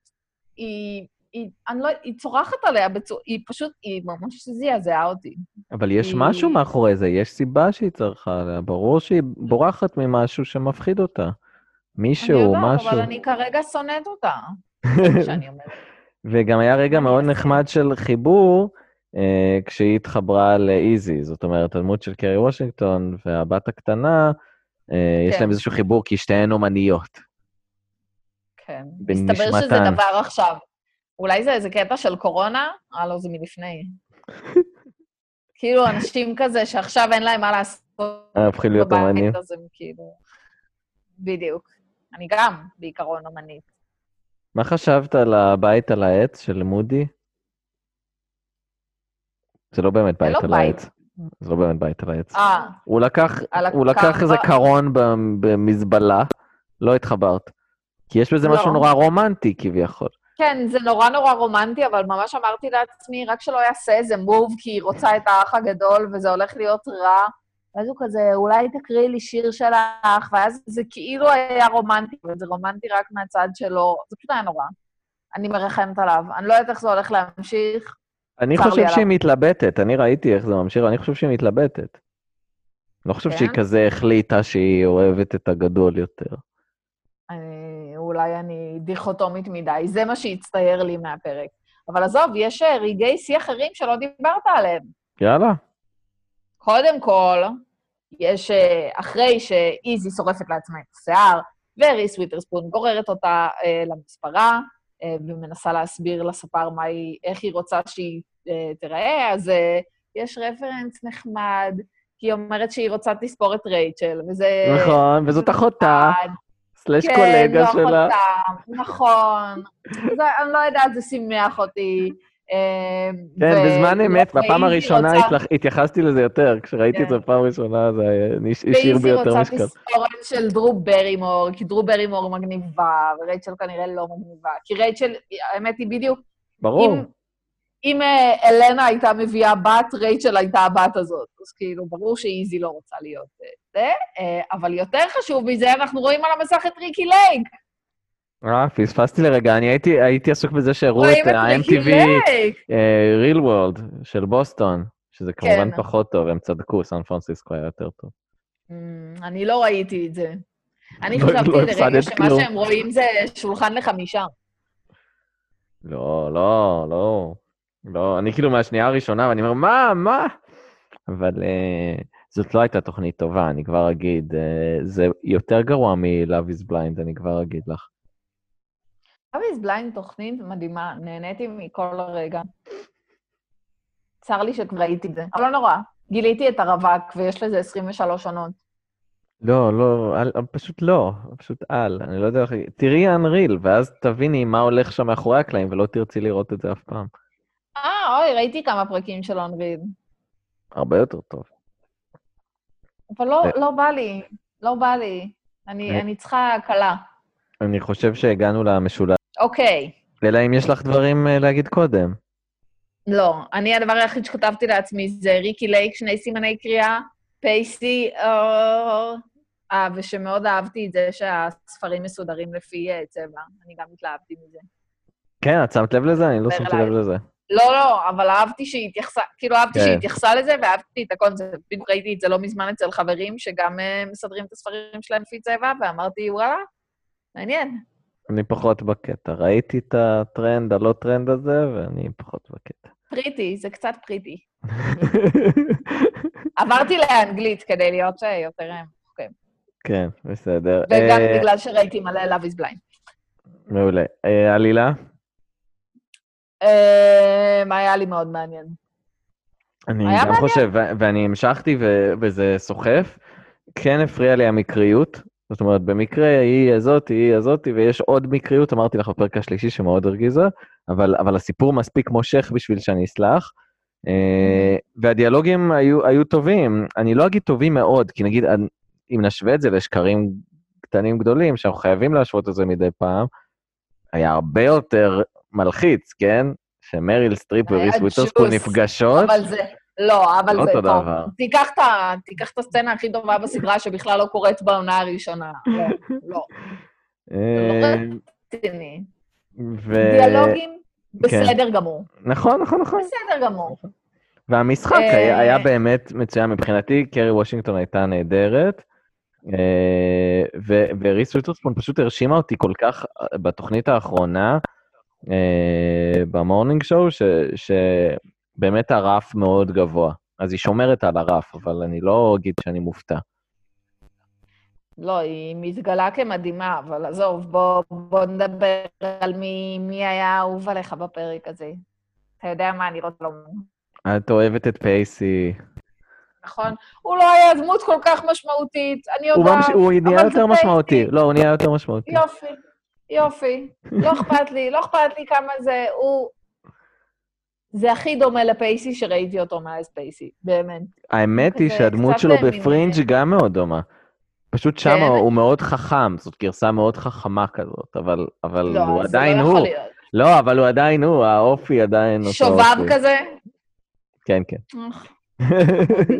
היא צורחת עליה, היא פשוט, היא ממש זעזעה אותי. אבל יש משהו מאחורי זה, יש סיבה שהיא צריכה עליה, ברור שהיא בורחת ממשהו שמפחיד אותה. מישהו, אני יודעת, משהו. אבל אני כרגע שונאת אותה. זה מה שאני אומרת. וגם היה רגע מאוד אעשה? נחמד של חיבור, כשהיא התחברה לאיזי, זאת אומרת, הדמות של קרי וושינגטון והבת הקטנה, יש כן. להם איזשהו חיבור, כי שתיהן אומניות. כן. מסתבר שזה בנשמתן. דבר עכשיו. אולי זה איזה קטע של קורונה? לא, זה מלפני. כאילו, אנשים כזה שעכשיו אין להם מה לעשות הפכים להיות אומנים. אז הם כאילו... בדיוק. אני גם בעיקרון אומנית. מה חשבת על הבית על העץ של מודי? זה לא באמת בית על העץ. זה לא באמת בית על העץ. הוא לקח איזה קרון במזבלה, לא התחברת. כי יש בזה משהו נורא רומנטי כביכול. כן, זה נורא נורא רומנטי, אבל ממש אמרתי לעצמי, רק שלא יעשה איזה מוב, כי היא רוצה את האח הגדול, וזה הולך להיות רע. ואז הוא כזה, אולי תקריאי לי שיר שלך, ואז זה כאילו היה רומנטי, וזה רומנטי רק מהצד שלו. זה פשוט היה נורא. אני מרחמת עליו. אני לא יודעת איך זה הולך להמשיך. אני חושב שהיא מתלבטת, אני ראיתי איך זה ממשיך, אני חושב שהיא מתלבטת. אני לא חושב שהיא כזה החליטה שהיא אוהבת את הגדול יותר. אולי אני דיכוטומית מדי, זה מה שהצטייר לי מהפרק. אבל עזוב, יש רגעי שיא אחרים שלא דיברת עליהם. יאללה. קודם כל, יש אחרי שאיזי שורפת לעצמה את השיער, וריס וויתרספון גוררת אותה למספרה, ומנסה להסביר לספר איך היא רוצה שהיא תיראה, אז יש רפרנס נחמד, כי היא אומרת שהיא רוצה תספור את רייצ'ל, וזה... נכון, וזאת אחותה, סלש קולגה שלה. כן, זו אחותה, נכון. אני לא יודעת, זה שימח אותי. כן, בזמן אמת, בפעם הראשונה התייחסתי לזה יותר, כשראיתי את זה בפעם ראשונה, זה השאיר בי יותר משקל. ואיזי רוצה תספורת של דרו ברימור, כי דרו ברימור מגניבה, ורייצ'ל כנראה לא מגניבה. כי רייצ'ל, האמת היא בדיוק... ברור. אם אלנה הייתה מביאה בת, רייצ'ל הייתה הבת הזאת. אז כאילו, ברור שאיזי לא רוצה להיות זה, אבל יותר חשוב מזה, אנחנו רואים על המסך את ריקי לייק. פספסתי לרגע, אני הייתי עסוק בזה שהראו את ה-MTV Real World של בוסטון, שזה כמובן פחות טוב, הם צדקו, סן פרנסיסקו היה יותר טוב. אני לא ראיתי את זה. אני חשבתי לרגע שמה שהם רואים זה שולחן לחמישה. לא, לא, לא. לא, אני כאילו מהשנייה הראשונה, ואני אומר, מה? אבל זאת לא הייתה תוכנית טובה, אני כבר אגיד. זה יותר גרוע מ-Love is Blind, אני כבר אגיד לך. Love is Blind תוכנית מדהימה, נהניתי מכל הרגע. צר לי שכבר ראיתי את זה, אבל לא נורא. גיליתי את הרווק, ויש לזה 23 עונות. לא, פשוט לא, פשוט אני לא יודע איך... תראי אנריל, ואז תביני מה הולך שם מאחורי הקלעים, ולא תרצי לראות את זה אף פעם. אוי, ראיתי כמה פרקים של אנריל. הרבה יותר טוב. אבל לא בא לי. אני צריכה הקלה. אני חושב שהגענו למשולש. אוקיי. אלא אם יש לך דברים להגיד קודם. לא, הדבר היחיד שכתבתי לעצמי זה ריקי לייק, 2 סימני קריאה, פייסי, ושמאוד אהבתי את זה שהספרים מסודרים לפי צבע. אני גם התלהבתי מזה. כן, את שמת לב לזה? אני לא שמתי לב לזה. לא, אבל אהבתי שהיא התייחסה לזה, ואהבתי את הקונספט. בדיוק ראיתי את זה לא מזמן אצל חברים, שגם מסדרים את הספרים שלהם לפי צבע, ואמרתי, וואלה, מעניין. אני פחות בקטע. ראיתי את הטרנד, הלא טרנד הזה, ואני פחות בקטע. פריטי, זה קצת פריטי. עברתי לאנגלית כדי להיות יותר... כן, בסדר. וגם בגלל שראיתי מלא Love is Blind. מעולה. עלילה? היה לי מאוד מעניין. אני היה גם מעניין. חושב, ואני המשכתי וזה סוחף. כן הפריע לי המקריות, זאת אומרת, במקרה היא הזאתי, ויש עוד מקריות, אמרתי לך בפרק השלישי שמאוד הרגיזה, אבל הסיפור מספיק מושך בשביל שאני אסלח. והדיאלוגים היו טובים, אני לא אגיד טובים מאוד, כי נגיד, אם נשווה את זה לשקרים קטנים גדולים, שאנחנו חייבים להשוות את זה מדי פעם, היה הרבה יותר מלחיץ, כן? שמריל סטריפ היה וריס וויתרספון ג'וס, נפגשות, אבל זה, לא, אבל לא זה, אותו טוב, דבר. תיקח את הסצנה הכי טובה בסדרה שבכלל לא קורית בעונה הראשונה. לא, לא, זה לא אה, רציני. ו... דיאלוגים, כן. בסדר גמור. נכון. בסדר גמור. והמשחק היה באמת מצוין מבחינתי, קרי וושינגטון הייתה נהדרת, וריס וויתרספון פשוט הרשימה אותי כל כך בתוכנית האחרונה, במורנינג שואו, שבאמת הרף מאוד גבוה. אז היא שומרת על הרף, אבל אני לא אגיד שאני מופתע. לא, היא מתגלה כמדהימה, אבל עזוב, בוא נדבר על מי היה אהוב עליך בפרק הזה. אתה יודע מה, אני רוצה לומר. את אוהבת את פייסי. נכון? הוא לא היה דמות כל כך משמעותית, אני יודעת, הוא נהיה אבל זה יותר משמעותי. פייסי. לא, הוא נהיה יותר משמעותי. יופי, יופי. לא אכפת לי כמה זה, זה הכי דומה לפייסי שראיתי אותו מאז פייסי, באמת. האמת היא כזה שהדמות קצת שלו מיני... בפרינג' גם מאוד דומה. פשוט שם כן? הוא מאוד חכם, זאת גרסה מאוד חכמה כזאת, אבל לא, הוא אז זה לא עדיין יכול הוא. להיות. לא, אבל הוא עדיין הוא, האופי עדיין אותו שובב אופי. כזה? כן. חמודי.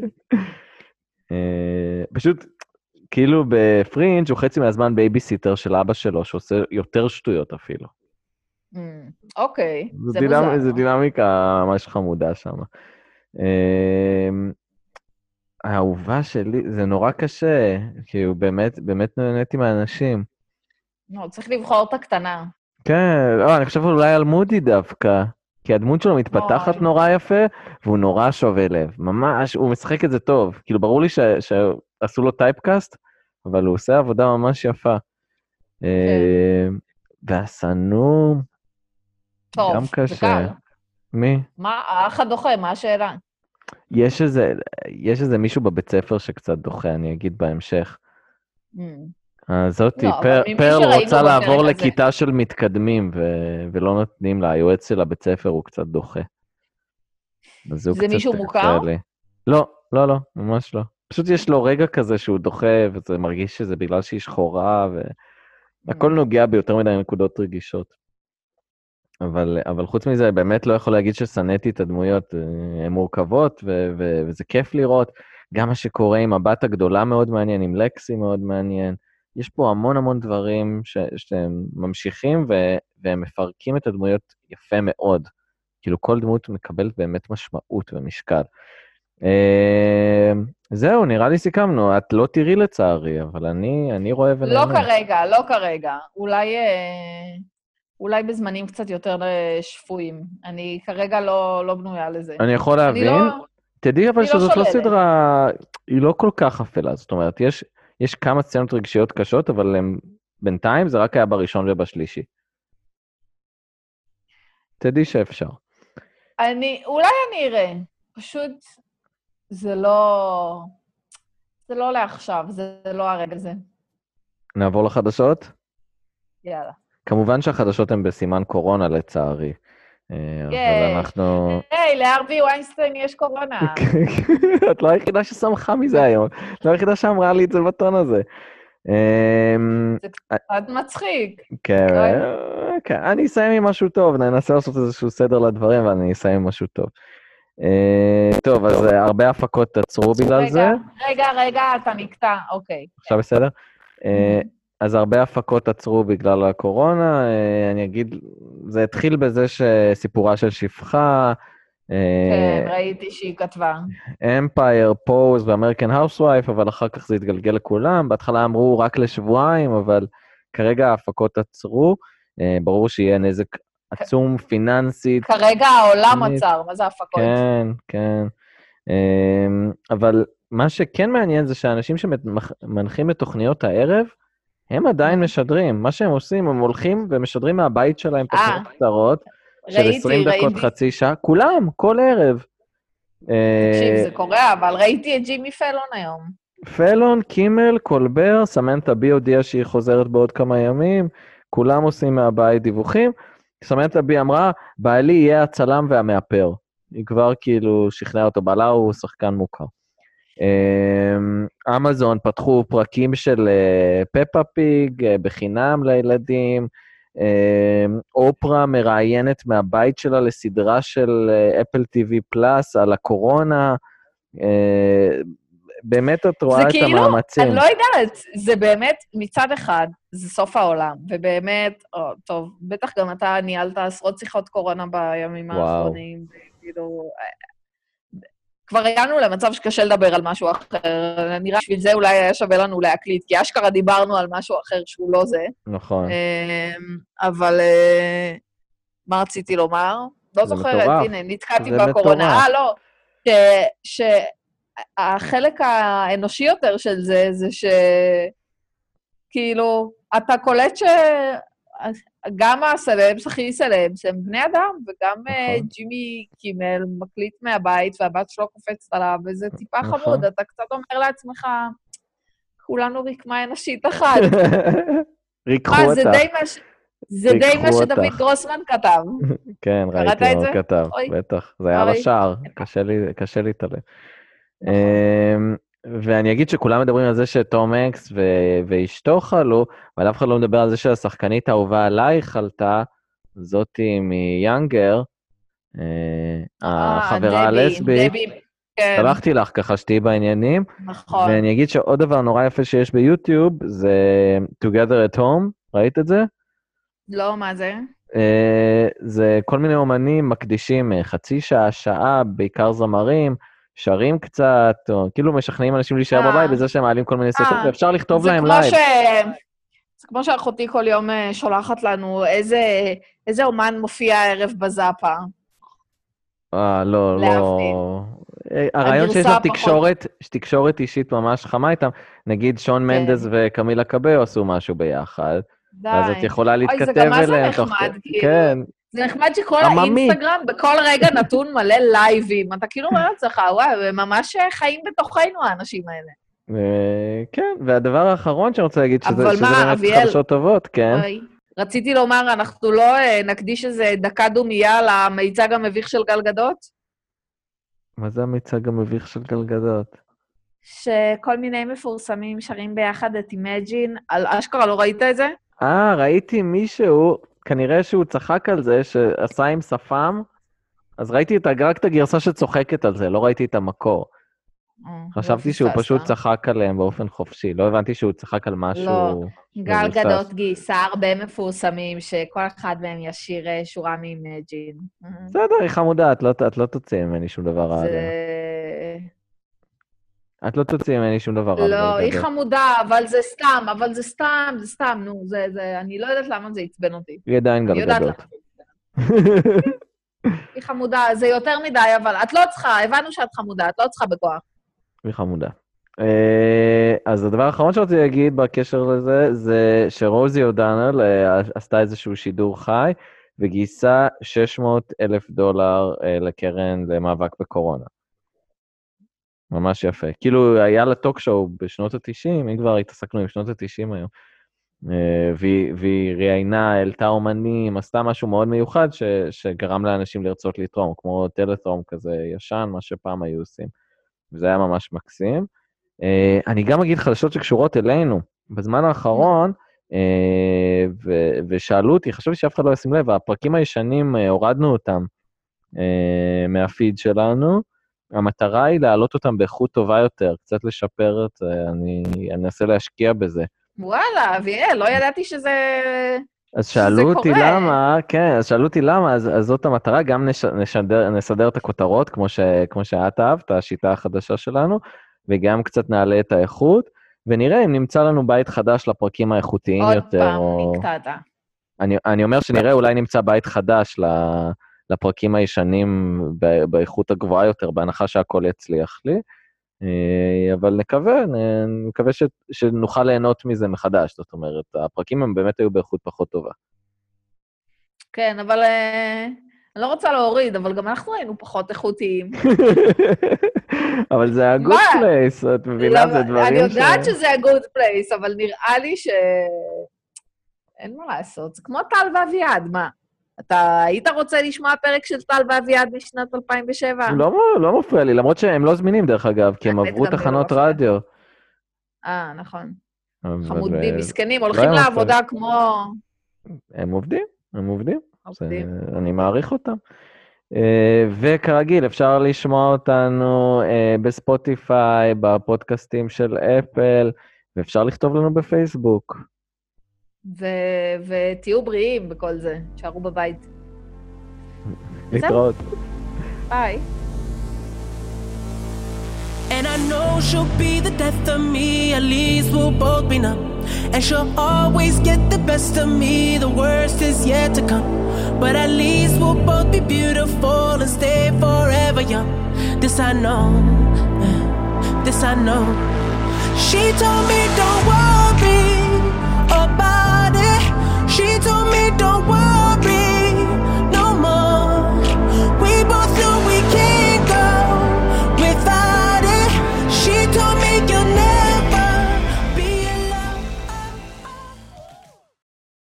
פשוט, כאילו בפרינג' הוא חצי מהזמן בייביסיטר של אבא שלו, שעושה יותר שטויות אפילו. אוקיי, זה מוזר. זו דינמיקה ממש חמודה שם. האהובה שלי, זה נורא קשה, כי הוא באמת נהניתי מהאנשים. לא, צריך לבחור את הקטנה. כן, לא, אני חושב אולי על מודי דווקא, כי הדמות שלו מתפתחת אוי, נורא יפה, והוא נורא שובה לב, ממש, הוא משחק את זה טוב. כאילו, ברור לי שעשו לו טייפקאסט, אבל הוא עושה עבודה ממש יפה. כן. והסנום, גם טוב, זה קשה. קל. מי? מה, האח הדוחה, מה השאלה? יש איזה מישהו בבית ספר שקצת דוחה, אני אגיד בהמשך. Mm. זאתי, לא, אבל ממי פרל שראינו רוצה לעבור בפרק הזה. לכיתה של מתקדמים, ולא נותנים לה, היועץ של הבית ספר הוא קצת דוחה. אז הוא זה קצת מישהו הפריע מוכר? לי. לא, ממש לא. פשוט יש לו רגע כזה שהוא דוחה, וזה מרגיש שזה בגלל שהיא שחורה, והכל Mm. נוגע ביותר מדי נקודות רגישות. אבל חוץ מזה, באמת לא יכול להגיד ששנאתי את הדמויות, הן מורכבות, וזה כיף לראות. גם מה שקורה עם הבת הגדולה מאוד מעניין, עם לקסי מאוד מעניין. יש פה המון דברים שהם ממשיכים, והם מפרקים את הדמויות יפה מאוד. כאילו כל דמות מקבלת באמת משמעות ומשקל. זהו, נראה לי סיכמנו. את לא תראי לצערי, אבל אני רואה ונהנה. לא כרגע. אולי בזמנים קצת יותר שפויים. אני כרגע לא בנויה לזה. אני יכול להבין. תדעי אבל אני לא שזאת לא שוללת. סדרה, היא לא כל כך אפלה. זאת אומרת, יש כמה סצנות רגשיות קשות, אבל בינתיים זה רק היה בראשון ובשלישי. תדעי שאפשר. אולי אני אראה. פשוט זה לא לעכשיו, זה לא הרגע הזה. נעבור לחדשות? יאללה. כמובן שהחדשות הן בסימן קורונה לצערי. אבל אנחנו... היי, להרווי ויינסטיין יש קורונה. את לא היחידה ששמחה מזה היום. את לא היחידה שאמרה לי את זה בטון הזה. זה קצת מצחיק. כן, אני אסיים עם משהו טוב, ננסה לעשות איזשהו סדר לדברים, ואני אסיים עם משהו טוב. טוב, אז הרבה הפקות עצרו בגלל זה. רגע, אתה נקטע, אוקיי. עכשיו בסדר? אז הרבה הפקות עצרו בגלל הקורונה, אני אגיד, זה התחיל בזה שסיפורה של שפחה, כן, ראיתי שהיא כתבה. אמפייר, פוז ואמריקן האוסווייף, אבל אחר כך זה התגלגל לכולם, בהתחלה אמרו רק לשבועיים, אבל כרגע ההפקות עצרו, ברור שיהיה נזק עצום פיננסית. כרגע העולם עצר, מה זה הפקות? כן. אבל מה שכן מעניין זה שאנשים שמנחים את תוכניות הערב, הם עדיין משדרים, מה שהם עושים, הם הולכים ומשדרים מהבית שלהם תוכניות קצרות, של 20 דקות, חצי שעה, כולם, כל ערב. תקשיב, זה קורה, אבל ראיתי את ג'ימי פלון היום. פלון, קימל, קולבר, סמנטה בי הודיעה שהיא חוזרת בעוד כמה ימים, כולם עושים מהבית דיווחים. סמנטה בי אמרה, בעלי יהיה הצלם והמאפר. היא כבר כאילו שכנעה אותו, בעלה הוא שחקן מוכר. אמזון פתחו פרקים של פפה פיג בחינם לילדים, אופרה מראיינת מהבית שלה לסדרה של אפל טיווי פלאס על הקורונה, באמת את רואה את המאמצים. אני לא יודעת, זה באמת מצד אחד, זה סוף העולם, ובאמת, טוב, בטח גם אתה ניהלת עשרות שיחות קורונה בימים האחרונים, כאילו, כבר הגענו למצב שקשה לדבר על משהו אחר, נראה שבשביל זה אולי היה שווה לנו להקליט, כי אשכרה דיברנו על משהו אחר שהוא לא זה. נכון. אבל מה רציתי לומר? לא זוכרת, הנה, נתקעתי בקורונה. לא, שהחלק האנושי יותר של זה, זה שכאילו, אתה קולט גם הסלבס, הכי סלבס, הם בני אדם, וגם ג'ימי קימל מקליט מהבית, והבת שלו קופצת עליו, וזה טיפה חמוד, אתה קצת אומר לעצמך, כולנו רקמה אנושית אחת. ריקחו אותך. זה די מה שדוד גרוסמן כתב. כן, ראיתי מה הוא כתב, בטח. זה היה בשער, קשה להתעלם. ואני אגיד שכולם מדברים על זה שתום הנקס ואשתו חלו, אבל אף אחד לא מדבר על זה שהשחקנית האהובה עליי חלתה, זאתי מיאנגר, החברה הלסבית. שלחתי לך ככה שתהי בעניינים. נכון. ואני אגיד שעוד דבר נורא יפה שיש ביוטיוב, זה Together at Home, ראית את זה? לא, מה זה? זה כל מיני אומנים מקדישים חצי שעה, שעה, בעיקר זמרים, שרים קצת, או כאילו משכנעים אנשים להישאר בבית, בזה שהם מעלים כל מיני סרטות, ואפשר לכתוב להם לייב. זה כמו שאחותי כל יום שולחת לנו, איזה אומן מופיע הערב בזאפה. לא. הרעיון שיש לה תקשורת אישית ממש חמה איתם, נגיד שון מנדס וקמילה קבאו עשו משהו ביחד, אז את יכולה להתכתב אליהם. זה גם מה זה נחמד, כאילו. זה נחמד שכל האינסטגרם בכל רגע נתון מלא לייבים, אתה כאילו אומר לעצמך, וואי, הם ממש חיים בתוכנו האנשים האלה. כן, והדבר האחרון שאני רוצה להגיד, שזה באמת חדשות טובות, כן. רציתי לומר, אנחנו לא נקדיש איזה דקה דומייה למיצג המביך של גלגדות? מה זה המיצג המביך של גלגדות? שכל מיני מפורסמים שרים ביחד את Imagine, על אשכרה, לא ראית את זה? ראיתי מישהו, כנראה שהוא צחק על זה, שעשה עם שפם, אז ראיתי רק את הגרסה שצוחקת על זה, לא ראיתי את המקור. חשבתי שהוא פשוט צחק עליהם באופן חופשי, לא הבנתי שהוא צחק על משהו... לא, גלגדות גייסה הרבה מפורסמים, שכל אחד מהם ישיר שורה מ-Imagine. בסדר, היא חמודה, את לא תוציא ממני שום דבר רע. את לא תוציא ממני שום דבר רע. לא, היא חמודה, אבל זה סתם, נו, אני לא יודעת למה זה עצבן אותי. היא עדיין גלגדות. היא חמודה, זה יותר מדי, אבל את לא צריכה, הבנו שאת חמודה, את לא צריכה בכוח. היא חמודה. אז הדבר האחרון שרציתי להגיד בקשר לזה, זה שרוזי אודנל עשתה איזשהו שידור חי, וגייסה $600,000 לקרן למאבק בקורונה. ממש יפה. כאילו היה לה טוק שואו בשנות ה-90, אם כבר התעסקנו עם שנות ה-90 היום, והיא ראיינה, העלתה אומנים, עשתה משהו מאוד מיוחד שגרם לאנשים לרצות לתרום, כמו טלתרום כזה ישן, מה שפעם היו עושים. וזה היה ממש מקסים. אני גם אגיד חדשות שקשורות אלינו. בזמן האחרון, ושאלו אותי, חשבתי שאף אחד לא ישים לב, הפרקים הישנים, הורדנו אותם מהפיד שלנו, המטרה היא להעלות אותם באיכות טובה יותר, קצת לשפר את זה, אני אנסה להשקיע בזה. וואלה, אביאל, לא ידעתי שזה... אז שאלו אותי למה, כן, אז שאלו אותי למה, אז זאת המטרה, גם נסדר את הכותרות, כמו שאת אהבת, השיטה החדשה שלנו, וגם קצת נעלה את האיכות, ונראה אם נמצא לנו בית חדש לפרקים האיכותיים יותר. עוד פעם, נקטעת. אני אומר שנראה אולי נמצא בית חדש לפרקים הישנים באיכות הגבוהה יותר, בהנחה שהכל יצליח לי. אבל נקווה שנוכל ליהנות מזה מחדש, זאת אומרת, הפרקים הם באמת היו באיכות פחות טובה. כן, אבל אני לא רוצה להוריד, אבל גם אנחנו היינו פחות איכותיים. אבל זה ה-good place, את מבינה? זה דברים אני יודעת שזה ה-good place, אבל נראה לי אין מה לעשות. זה כמו טל ואביעד, מה? אתה היית רוצה לשמוע פרק של טל ואביעד משנת 2007? לא מפריע לי, למרות שהם לא זמינים דרך אגב, כי הם עברו תחנות רדיו. נכון. חמודים, מסכנים, הולכים לא לעבודה כמו... הם עובדים. אני מעריך אותם. וכרגיל, אפשר לשמוע אותנו בספוטיפיי, בפודקאסטים של אפל, ואפשר לכתוב לנו בפייסבוק. ותהיו בריאים בכל זה, תשארו בבית. להתראות. ביי. And I know she'll be the death of me, at least we'll both be numb. And she'll always get the best of me, the worst is yet to come. But at least we'll both be beautiful and stay forever young. This I know, this I know. She told me don't worry,